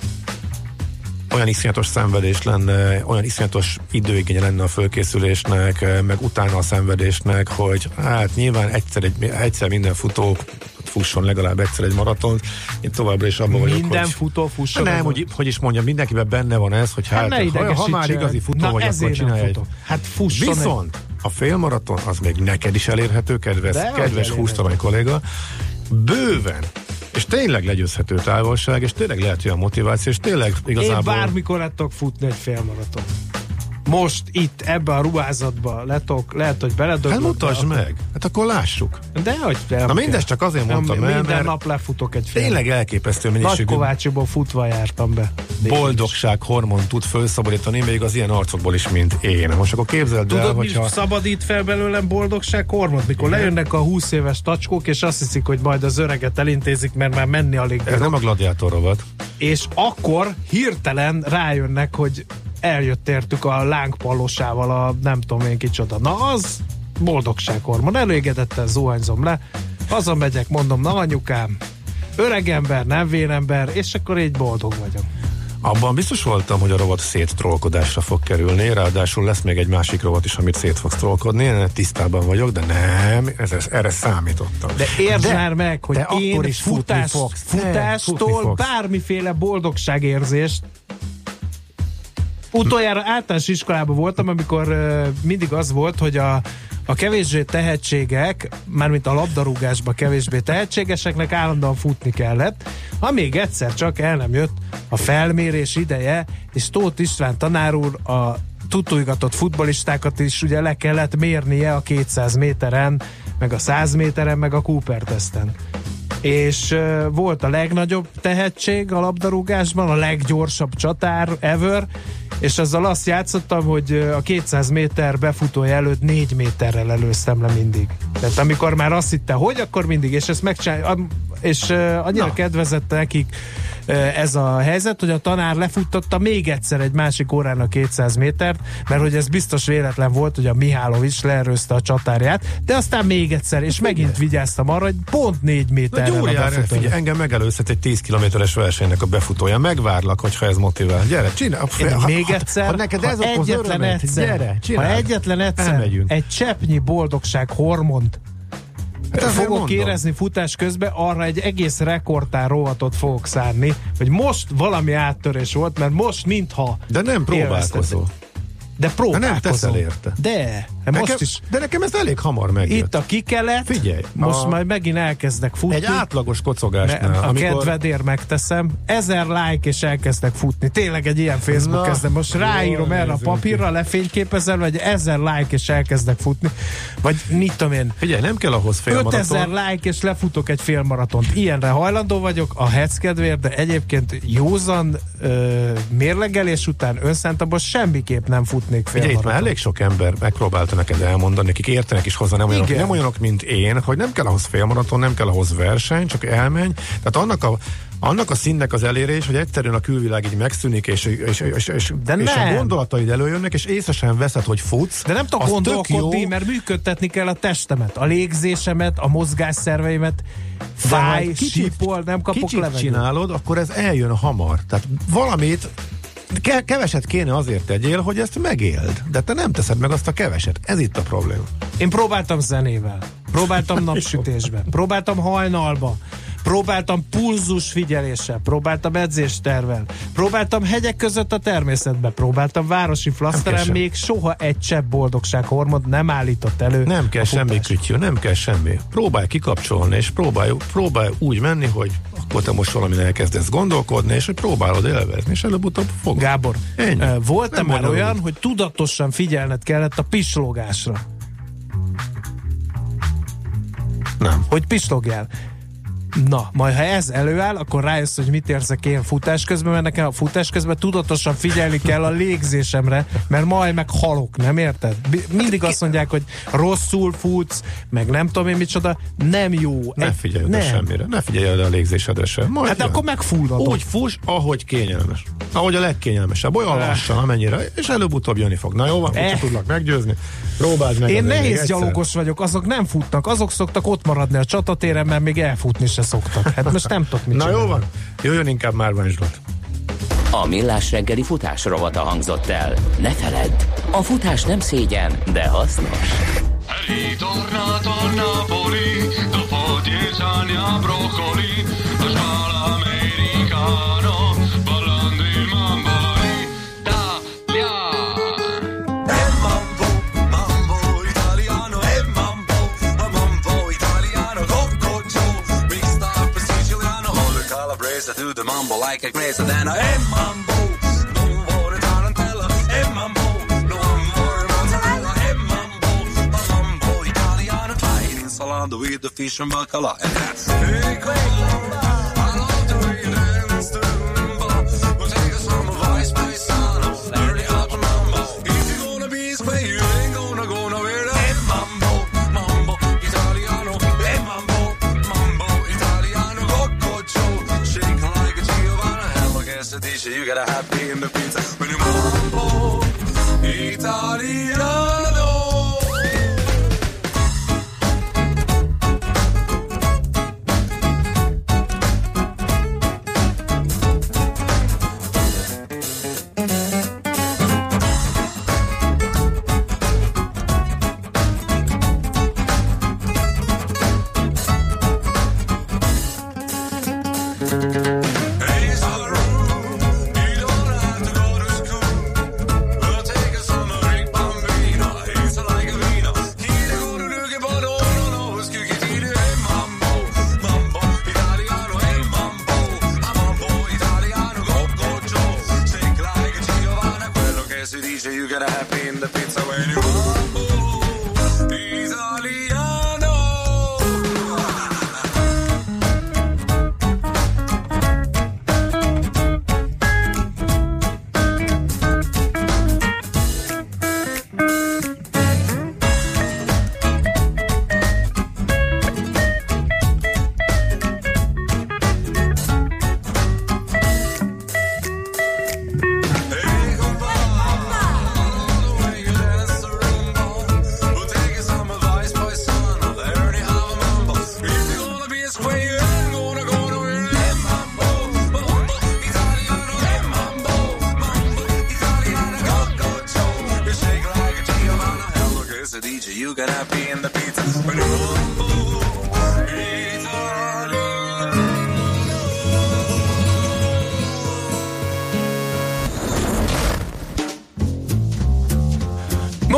Olyan iszonyatos szenvedés lenne, olyan iszonyatos időigénye lenne a fölkészülésnek, meg utána a szenvedésnek, hogy hát nyilván egyszer, egy, egyszer minden futó fusson legalább egyszer egy maratont. Én továbbra is abban vagyok, minden hogy... futó fusson. Nem, hogy, hogy is mondjam, mindenkiben benne van ez, hogy hát, hát ha, ha már igazi futó vagy, akkor csinálj egy... Hát fusson. Viszont a félmaraton az még neked is elérhető, kedves, kedves hústalany kolléga, bőven, és tényleg legyőzhető távolság, és tényleg lehet olyan motiváció, és tényleg igazából... Én bármikor letok futni egy félmaraton. Most itt, ebbe a ruházatba letok, lehet, hogy beledöglök. Hát mutasd be, meg, hát akkor lássuk. De hogy Na mindezt csak azért mondtam el, minden nap lefutok egy fél. Tényleg elképesztő mennyiségű. Nagykovácsiból futva jártam be. Boldogság hormon tud felszabadítani, még az ilyen arcokból is, mint én. Most akkor képzeld el, Tudod, hogyha... mi szabadít fel belőlem boldogság hormont? Mikor igen. Lejönnek a húsz éves tacskók, és azt hiszik, hogy majd az öreget elintézik, mert már menni alig. Ez nem a gladiátor rovat. És akkor hirtelen rájönnek, hogy eljött értük a lángpallosával a nem tudom én kicsoda. Na az boldogsághormon. Elégedettel zuhanyzom le, hazamegyek, mondom, na anyukám, öreg ember, nem vénember, és akkor így boldog vagyok. Abban biztos voltam, hogy a rovat széttrollkodásra fog kerülni, ráadásul lesz még egy másik rovat is, amit szét fogsz trollkodni, én tisztában vagyok, de nem, ez, ez, erre számítottam. De értsd már meg, hogy én akkor is futás, futni fogsz. futástól futni bármiféle boldogságérzést. Utoljára általános iskolában voltam, amikor uh, mindig az volt, hogy a, a kevésbé tehetségek, mármint a labdarúgásban kevésbé tehetségeseknek állandóan futni kellett. Ha még egyszer csak el nem jött a felmérés ideje, és Tóth István tanár úr a tutújgatott futballistákat is ugye le kellett mérnie a kétszáz méteren, meg a száz méteren, meg a Cooper-teszten. És uh, volt a legnagyobb tehetség a labdarúgásban, a leggyorsabb csatár ever, és azzal azt játszottam, hogy a kétszáz méter befutója előtt négy méterrel előztem le mindig. Tehát amikor már azt hitte, hogy akkor mindig, és ezt megcsinálja, és uh, annyira Na. kedvezett nekik uh, ez a helyzet, hogy a tanár lefuttatta még egyszer egy másik órán a kétszáz métert, mert hogy ez biztos véletlen volt, hogy a Mihálovics leerőzte a csatárját, de aztán még egyszer, és megint vigyáztam arra, hogy pont négy méterrel a befutó. Figyelj, engem megelőzhet egy tíz kilométeres versenynek a befutója, megvárlak, hogyha ez motivál. Gyere, csinálj! Még egyszer, ha, neked ez ha egyetlen örömet, egyszer, gyere, ha egyetlen egyszer elmegyünk. Egy cseppnyi boldogság hormont hát fogok mondom. érezni futás közben, arra egy egész rekordtár rovatot fogok szárni, hogy most valami áttörés volt, mert most mintha de nem próbálkozol. De próbálkozol. De nem teszel érte. De, Most nekem, is. De nekem ez elég hamar megjött. Itt a kikelet, figyelj, most a, majd megint elkezdek futni. Egy átlagos kocogásnál. A amikor... kedvedért megteszem, ezer like és elkezdek futni. Tényleg egy ilyen Facebook Na, kezdem. Most ráírom erre a papírra, ki. lefényképezem, vagy ezer like és elkezdek futni. Vagy mit tudom én. Figyelj, nem kell ahhoz félmaraton. ötezer like és lefutok egy félmaratont. Ilyenre hajlandó vagyok a hetsz kedvéért, de egyébként józan ö, mérlegelés után önszántabban semmiképp nem futnék félmaraton. Ugye itt már elég sok ember megpróbálta neked elmondani, akik értenek is hozzá, nem olyanok, nem olyanok, mint én, hogy nem kell ahhoz félmaraton, nem kell ahhoz verseny, csak elmenj. Tehát annak a annak a színnek az elérés, hogy egyszerűen a külvilág így megszűnik, és, és, és, és, és a gondolataid előjönnek, és észre sem veszed, hogy futsz. De nem tudok gondolkodni, mert működtetni kell a testemet, a légzésemet, a mozgásszerveimet, fáj, sípol, nem kapok levegőt. Kicsit csinálod, akkor ez eljön hamar. Tehát valamit ke- keveset kéne azért tegyél, hogy ezt megéld. De te nem teszed meg azt a keveset. Ez itt a probléma. Én próbáltam zenével, próbáltam napsütésben, próbáltam hajnalba, próbáltam pulzus figyeléssel, próbáltam edzéstervel, próbáltam hegyek között a természetbe, próbáltam városi flaszteren, még soha egy csepp boldogsághormont nem állított elő. Nem kell semmi kütyű, nem kell semmi. Próbálj kikapcsolni, és próbálj, próbálj úgy menni, hogy akkor te most valamin elkezdesz gondolkodni, és hogy próbálod élvezni, és előbb-utóbb fogod. Gábor, Ennyi. volt-e nem már olyan, úgy. hogy tudatosan figyelned kellett a pislogásra? Nem. Hogy pislogjál? Na, majd ha ez előáll, akkor rájössz, hogy mit érzek én futás közben, mert nekem a futás közben tudatosan figyelni kell a légzésemre, mert majd meg halok, nem érted? Mindig azt mondják, hogy rosszul futsz, meg nem tudom én micsoda, nem jó. Ne figyelj oda semmire, ne figyelj oda a légzésedre sem. Majd hát jön. akkor megfulladok. Úgy fuss, ahogy kényelmes. Ahogy a legkényelmesebb. Olyan lassan, amennyire, és előbb-utóbb jönni fog. Na jó van, eh. tudlak meggyőzni. Próbáld meg. Én nehéz gyalogos vagyok, azok nem futnak, azok szoktak ott maradni a csatatéren, mert még elfutni se szoktak. Hát most nem tudok mit Na csinálni. jó van, jöjjön inkább Márvány Zsolt. A Millás reggeli futás rovata hangzott el. Ne feledd, a futás nem szégyen, de hasznos. Ritorna, torna, poli, dopo dieci anni a broccoli, lo scala americano, ballando il mamboli, Italia. E mambo, mambo italiano, e mambo, mambo italiano, Coco Joe, mixed up with Siciliano, all the Calabrese do the mambo like a crazy, then e mambo, mambo di tarantella, e mambo. Salando with the fish and bacala. Hey, quella, I love the way you dance to rumba. We'll take us some advice, paisano. Early out to mambo. If you're gonna be square, you ain't gonna go nowhere. Hey, mambo, mambo, Italiano. Hey, mambo, mambo, Italiano. Coco Joe, shake like a Giovanna. Hell, I guess the D J, you got a happy in the pizza. When you mambo, Italiano.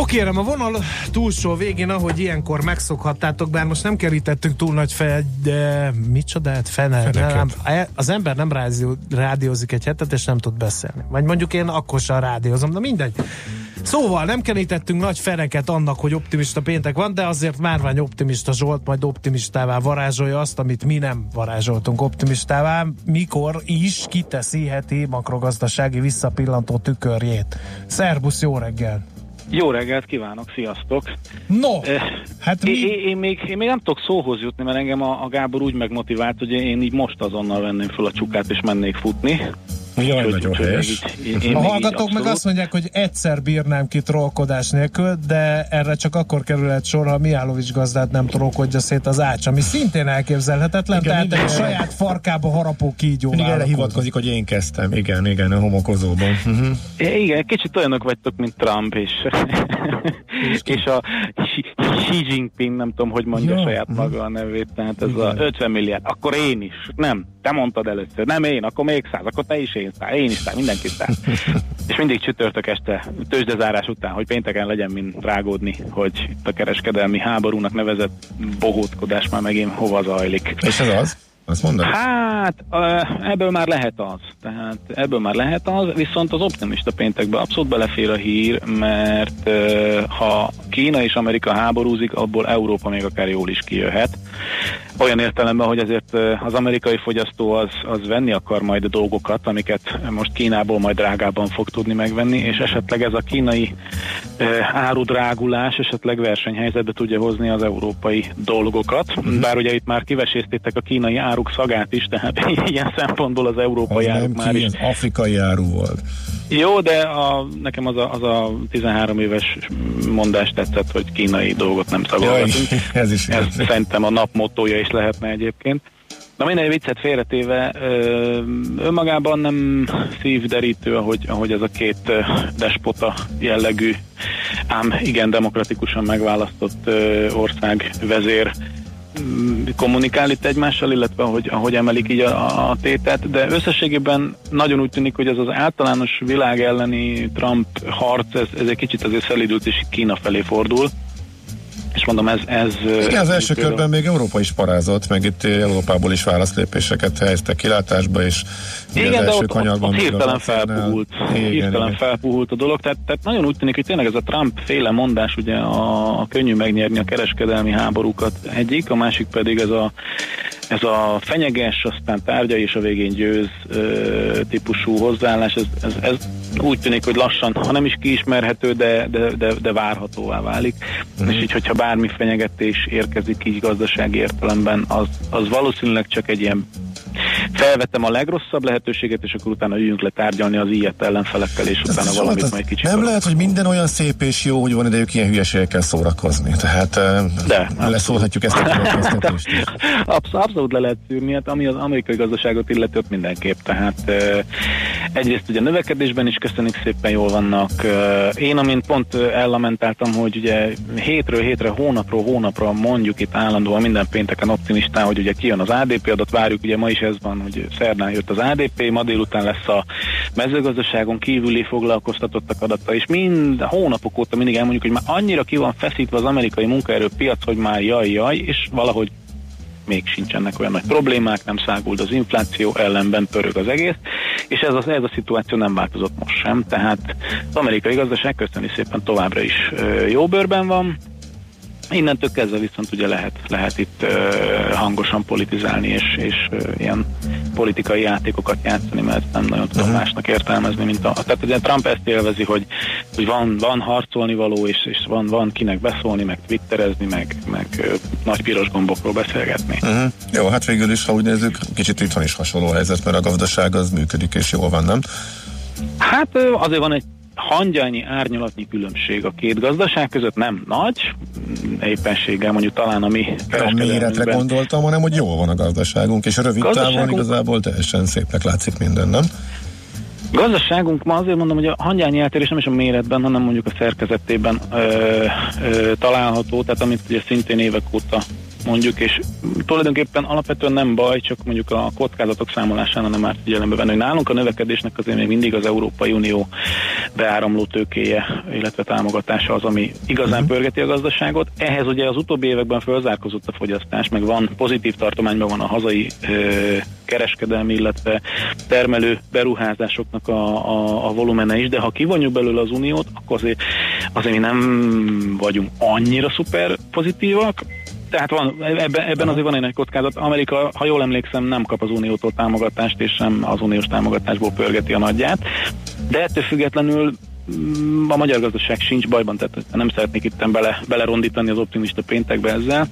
kérem, a vonal túlsó végén, ahogy ilyenkor megszokhattátok, bár most nem kerítettünk túl nagy fel, de micsodát, fene, nem, az ember nem rádió, rádiózik egy hetet, és nem tud beszélni. Vagy mondjuk én akkor sem rádiózom, de mindegy. Szóval nem kerítettünk nagy feneket annak, hogy optimista péntek van, de azért márvány optimista Zsolt majd optimistává varázsolja azt, amit mi nem varázsoltunk optimistává, mikor is kiteszi heti makrogazdasági visszapillantó tükörjét. Szerbusz, jó reggel! Jó reggelt kívánok, sziasztok! No, eh, hát mi... én, én, még, én még nem tudok szóhoz jutni, mert engem a, a Gábor úgy megmotivált, hogy én így most azonnal venném fel a csukát és mennék futni. Jaj, úgy, nagyon helyes. Így, én, én a hallgatók meg azt mondják, hogy egyszer bírnám ki trollkodás nélkül, de erre csak akkor kerülhet sor, ha Mihálovics gazdát nem trollkodja szét az ács, ami szintén elképzelhetetlen, igen, tehát egy saját farkába harapó kígyó. Mindig erre hivatkozik, hogy én kezdtem, igen, igen, a homokozóban. Uh-huh. Igen, kicsit olyanok vagytok, mint Trump, és, és a Xi Jinping, nem tudom, hogy mondja ja. saját maga a nevét, tehát ez igen. a ötven milliárd, akkor én is, nem, te mondtad először, nem én, akkor még száz, akkor te is én száz, én is száz, mindenki száz. És mindig csütörtök este, tőzsdezárás után, hogy pénteken legyen mind rágódni, hogy itt a kereskedelmi háborúnak nevezett bohóckodás már megint hova zajlik. És ez az? Azt mondod? Hát, ebből már lehet az. Tehát ebből már lehet az, viszont az optimista péntekben abszolút belefér a hír, mert ha Kína és Amerika háborúzik, abból Európa még akár jól is kijöhet. Olyan értelemben, hogy azért az amerikai fogyasztó az, az venni akar majd a dolgokat, amiket most Kínából majd drágában fog tudni megvenni, és esetleg ez a kínai árudrágulás esetleg versenyhelyzetbe tudja hozni az európai dolgokat. Mm-hmm. Bár ugye itt már kiveséztétek a kínai áruk szagát is, tehát ilyen szempontból az európai az áruk már ki, is. Az afrikai áru volt. Jó, de a, nekem az a, az a tizenhárom éves mondás tetszett, hogy kínai dolgot nem szagolgatunk. Ja, ez is. Ez szerintem a nap mottója is lehetne egyébként. Na minden viccet félretéve, önmagában nem szívderítő, ahogy, ahogy ez a két despota jellegű, ám igen demokratikusan megválasztott ország vezér kommunikál itt egymással, illetve ahogy, ahogy emelik így a, a tétet, de összességében nagyon úgy tűnik, hogy ez az általános világ elleni Trump harc, ez, ez egy kicsit azért szelídült és Kína felé fordul. És mondom, ez... ez igen, az első körben a... még Európa is parázott, meg itt Európából is válaszlépéseket helyeztek kilátásba, és igen, az de ott, ott, ott hirtelen felpuhult, igen, hirtelen igen. felpuhult a dolog, tehát, tehát nagyon úgy tűnik, hogy tényleg ez a Trump féle mondás, ugye a, a könnyű megnyerni a kereskedelmi háborúkat egyik, a másik pedig ez a ez a fenyeges, aztán tárgya és a végén győz ö, típusú hozzáállás, ez, ez, ez úgy tűnik, hogy lassan, ha nem is kiismerhető, de, de, de, de várhatóvá válik. Mm. És így, hogyha bármi fenyegetés érkezik így gazdasági értelemben, az, az valószínűleg csak egy ilyen felvettem a legrosszabb lehetőséget, és akkor utána üljünk le tárgyalni az ilyet ellenfelekkel, és ez utána valamit az, majd kicsit... Nem lehet, hogy minden olyan szép és jó, hogy van idejük ilyen hülyeségekkel szórakozni. Tehát de, leszólhatjuk ezt a következtetést is. Abszolút, abszolút le lehet szűrni, hát ami az amerikai gazdaságot illeti, ott mindenképp. Tehát eh, egyrészt ugye növekedésben is köszönjük szépen jól vannak. Eh, én, amint pont ellamentáltam, hogy ugye hétről hétre, hónapról hónapra mondjuk itt állandóan minden pénteken optimistán, hogy ugye kijön az á dé pé adat, várjuk, ugye ma is ez van, hogy szerdán jött az á dé pé, ma délután lesz a mezőgazdaságon kívüli foglalkoztatottak adata, és mind hónapok óta mindig elmondjuk, hogy már annyira ki van feszítve az amerikai munkaerőpiac, hogy már jaj, jaj, és valahogy még sincsenek olyan nagy problémák, nem száguld az infláció, ellenben pörög az egész, és ez a, ez a szituáció nem változott most sem, tehát az amerikai gazdaság köszöni szépen továbbra is jó bőrben van. Innentől kezdve viszont ugye lehet, lehet itt uh, hangosan politizálni, és, és uh, ilyen politikai játékokat játszani, mert nem nagyon tudom uh-huh. másnak értelmezni, mint a... Tehát ugye Trump ezt élvezi, hogy, hogy van, van harcolni való, és, és van, van kinek beszólni, meg twitterezni, meg, meg uh, nagy piros gombokról beszélgetni. Uh-huh. Jó, hát végül is, ha úgy nézzük, kicsit itt van is hasonló helyzet, mert a gazdaság az működik, és jól van, nem? Hát uh, azért van egy hangyányi, árnyalatnyi különbség a két gazdaság között, nem nagy, éppenséggel mondjuk talán a mi kereskedelmünkben. A méretre gondoltam, hanem hogy jól van a gazdaságunk, és rövid távon igazából teljesen szépnek látszik minden, nem? Gazdaságunk ma azért mondom, hogy a hangyányi eltérés nem is a méretben, hanem mondjuk a szerkezetében ö, ö, található, tehát amit ugye szintén évek óta mondjuk, és tulajdonképpen alapvetően nem baj, csak mondjuk a kockázatok számolásánál nem árt figyelembe venni, hogy nálunk a növekedésnek azért még mindig az Európai Unió beáramló tőkéje, illetve támogatása az, ami igazán uh-huh. pörgeti a gazdaságot. Ehhez ugye az utóbbi években fölzárkozott a fogyasztás, meg van pozitív tartományban van a hazai ö, kereskedelmi, illetve termelő beruházásoknak a, a, a volumene is, de ha kivonjuk belőle az uniót, akkor azért, azért mi nem vagyunk annyira szuper pozitívak. Tehát van, ebben, ebben azért van egy nagy kockázat. Amerika, ha jól emlékszem, nem kap az uniótól támogatást, és sem az uniós támogatásból pörgeti a nagyját. De ettől függetlenül a magyar gazdaság sincs bajban, tehát nem szeretnék itt bele, belerondítani az optimista péntekbe ezzel.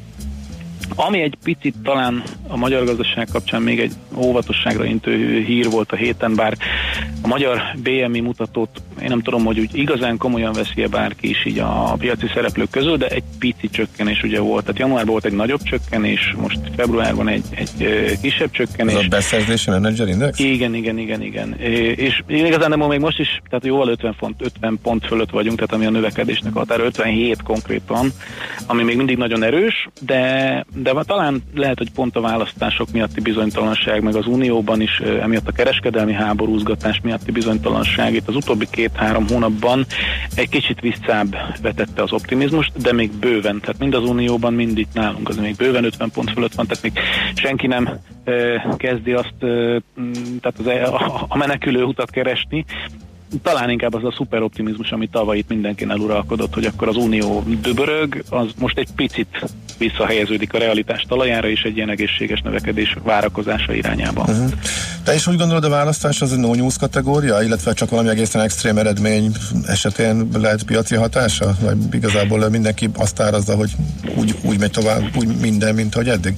Ami egy picit talán a magyar gazdaság kapcsán még egy óvatosságra intő hír volt a héten, bár a magyar bé em i mutatót én nem tudom, hogy úgy igazán komolyan veszi-e bárki is így a piaci szereplők közül, de egy pici csökkenés ugye volt. Tehát januárban volt egy nagyobb csökkenés, most februárban egy, egy kisebb csökkenés. Ez a beszerzési menedzser index? Igen, igen, igen, igen. És igazán nem még most is, tehát jóval ötven pont, ötven pont fölött vagyunk, tehát ami a növekedésnek a határa, ötvenhét konkrétan, ami még mindig nagyon erős, de, de talán lehet, hogy pont a választások miatti bizonytalanság, meg az unióban is emiatt a kereskedelmi háborúzgatás miatti bizonytalanság itt az utóbbi két-három hónapban egy kicsit visszább vetette az optimizmust, de még bőven, tehát mind az unióban, mind itt nálunk az még bőven ötven pont fölött van, tehát még senki nem e, kezdi azt, e, tehát az, a, a menekülő utat keresni. Talán inkább az a szuper optimizmus, ami tavaly itt mindenkin uralkodott, hogy akkor az unió dübörög, az most egy picit visszahelyeződik a realitás talajára, és egy ilyen egészséges növekedés várakozása irányába. Uh-huh. Te is úgy gondolod, a választás az a no news kategória, illetve csak valami egészen extrém eredmény esetén lehet piaci hatása? Vagy igazából mindenki azt árazza, hogy úgy, úgy megy tovább, úgy minden, mint ahogy eddig?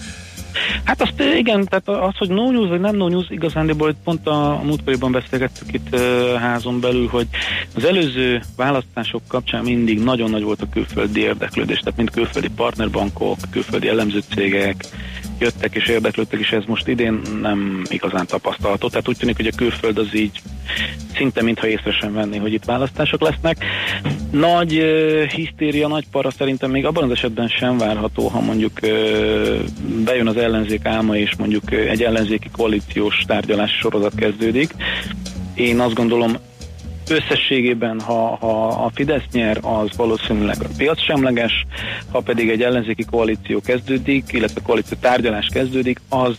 Hát azt igen, tehát az, hogy no news vagy nem no news, igazándiból pont a múltkoriban beszélgettük itt uh, házon belül, hogy az előző választások kapcsán mindig nagyon nagy volt a külföldi érdeklődés, tehát mind külföldi partnerbankok, külföldi elemző cégek jöttek és érdeklődtek, és ez most idén nem igazán tapasztalható. Tehát úgy tűnik, hogy a külföld az így szinte mintha észre sem venni, hogy itt választások lesznek. Nagy uh, hisztéria, nagy para szerintem még abban az esetben sem várható, ha mondjuk uh, bejön az ellenzék álma, és mondjuk uh, egy ellenzéki koalíciós tárgyalási sorozat kezdődik. Én azt gondolom, összességében, ha, ha a Fidesz nyer, az valószínűleg a piacsemleges, ha pedig egy ellenzéki koalíció kezdődik, illetve koalíció tárgyalás kezdődik, az,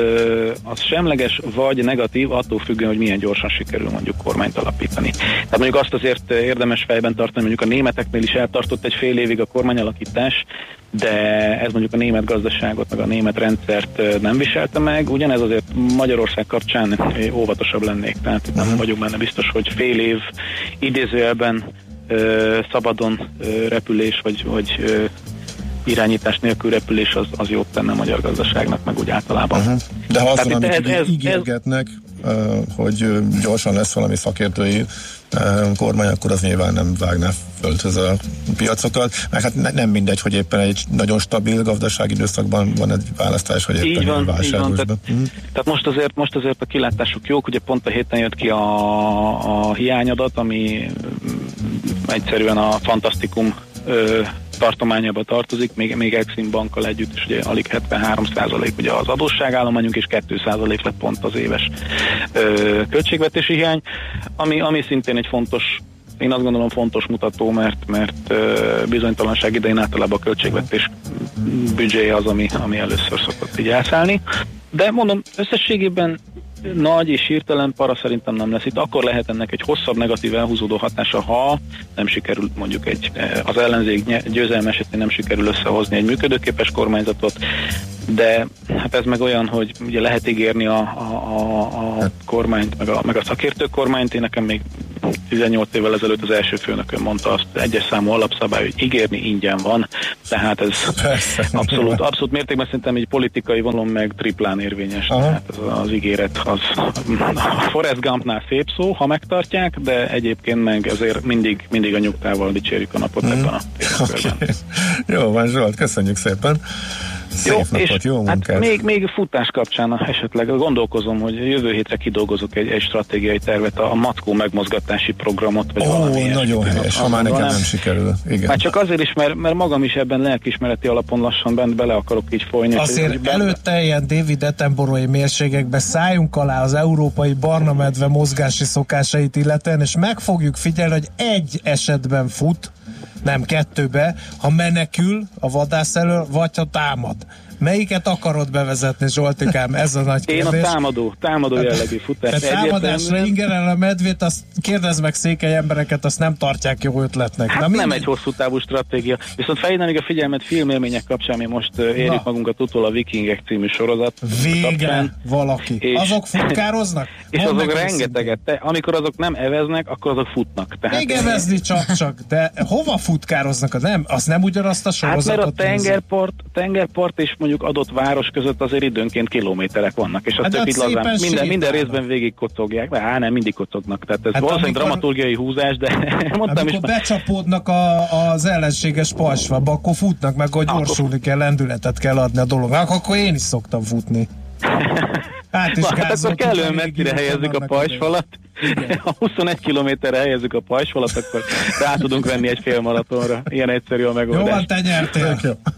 az semleges vagy negatív, attól függően, hogy milyen gyorsan sikerül mondjuk kormányt alapítani. Tehát mondjuk azt azért érdemes fejben tartani, mondjuk a németeknél is eltartott egy fél évig a kormányalakítás, de ez mondjuk a német gazdaságot, meg a német rendszert nem viselte meg, ugyanez azért Magyarország kapcsán óvatosabb lennék, tehát itt nem vagyok benne biztos, hogy fél év idézőjelben ö, szabadon ö, repülés, vagy, vagy ö, irányítás nélkül repülés az, az jót tenne a magyar gazdaságnak, meg úgy általában. Uh-huh. De ha azt van, amit ez, ígérgetnek, ez, hogy gyorsan lesz valami szakértői kormány, akkor az nyilván nem vágná földhöz a piacokat, mert hát ne, nem mindegy, hogy éppen egy nagyon stabil gazdasági időszakban van egy választás, vagy éppen van, egy válságosban. Tehát, uh-huh. tehát most azért, most azért a kilátások jók, ugye pont a héten jött ki a, a hiányadat, ami egyszerűen a fantasztikum ö, tartományába tartozik, még, még Exim bankkal együtt is ugye alig hetvenhárom százalék ugye az adósságállományunk, és két százalék lett pont az éves ö, költségvetési hiány, ami, ami szintén egy fontos, én azt gondolom fontos mutató, mert, mert ö, bizonytalanság idején általában a költségvetés büdzséje az, ami, ami először szokott így elszállni. De mondom, összességében nagy és hirtelen para szerintem nem lesz. Itt akkor lehet ennek egy hosszabb negatív elhúzódó hatása, ha nem sikerül mondjuk egy, az ellenzék győzelme esetén nem sikerül összehozni egy működőképes kormányzatot, de hát ez meg olyan, hogy ugye lehet ígérni a, a, a, a kormányt, meg a, meg a szakértő kormányt. Én nekem még tizennyolc évvel ezelőtt az első főnököm mondta azt, egyes számú alapszabály, hogy ígérni ingyen van, tehát ez Persze. abszolút, abszolút mértékben szerintem egy politikai vonalon meg triplán érvényes. Aha. Tehát az, az ígéret az a Forrest Gumpnál szép szó, ha megtartják, de egyébként meg azért mindig, mindig a nyugtával dicsérjük a napot mm. ebben a témakörben. Okay. Jó van, Zsolt, köszönjük szépen. Szép jó, napot, jó munkát. Hát még, még futás kapcsán esetleg gondolkozom, hogy jövő hétre kidolgozok egy, egy stratégiai tervet, a mackó megmozgatási programot. Vagy Ó, nagyon helyes, ha már nekem nem, nem sikerül. Igen. Már csak azért is, mert, mert magam is ebben lelkiismereti alapon lassan bent bele akarok így folyni. Azért előtte ilyen David Attenborough-i mérségekbe szálljunk alá az európai barna medve mozgási szokásait illetően, és meg fogjuk figyelni, hogy egy esetben fut, nem kettőbe, ha menekül a vadász elől, vagy ha támad. Melyiket akarod bevezetni, Zsoltikám? Ez a nagy kérdés. Én a támadó, támadó jellegű futás. Tehát támadásra ingerel a medvét, azt kérdezd meg székely embereket, azt nem tartják jó ötletnek. Hát Na, nem minden... egy hosszú távú stratégia. Viszont felhívnám még a figyelmet filmélmények kapcsán, mi most uh, érjük Na. magunkat utól a Vikingek című sorozat. Végre kapcsán, valaki. És, azok futkároznak? És Mondd azok rengeteget. Te, amikor azok nem eveznek, akkor azok futnak. Tehát még evezni csak-csak, de hova futkároznak? Nem, az nem ugyanazt a sorozatot. Hát mert a tengerpart, tengerpart és mondjuk adott város között azért időnként kilométerek vannak, és a hát többit lazán minden, minden részben végig kocogják, de hát nem, mindig kocognak, tehát ez hát valószínűleg amikor, dramaturgiai húzás, de mondtam is. Amikor becsapódnak a, az ellenséges pajsvába, akkor futnak meg, hogy gyorsulni kell, lendületet kell adni a dolognak, akkor én is szoktam futni. Hát, is hát akkor kellően messzire helyezzük a pajsfalat, ha huszonegy kilométerre helyezzük a pajsfalat, akkor rá tudunk venni egy fél maratonra. Ilyen egyszerű a megoldás. Jó van, te nyertél.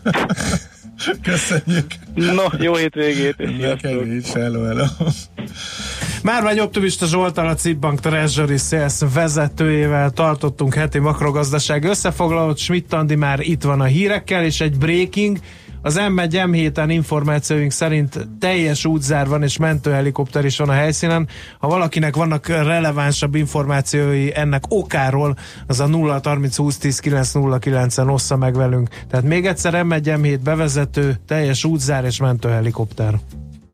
Köszönjük. No, jó hétvégét. Nekem is, hello, hello. Márvány Optimista Zsoltán, a Cibbank Treasury Sales vezetőjével tartottunk heti makrogazdaság összefoglalót. Schmidt Andi már itt van a hírekkel, és egy breaking. Az em egy em héten információink szerint teljes útzár van, és mentőhelikopter is van a helyszínen. Ha valakinek vannak relevánsabb információi ennek okáról, az a nulla harminc húsz tíz kilenc nulla kilencen ossza meg velünk. Tehát még egyszer em egy em hét bevezető, teljes útzár és mentőhelikopter.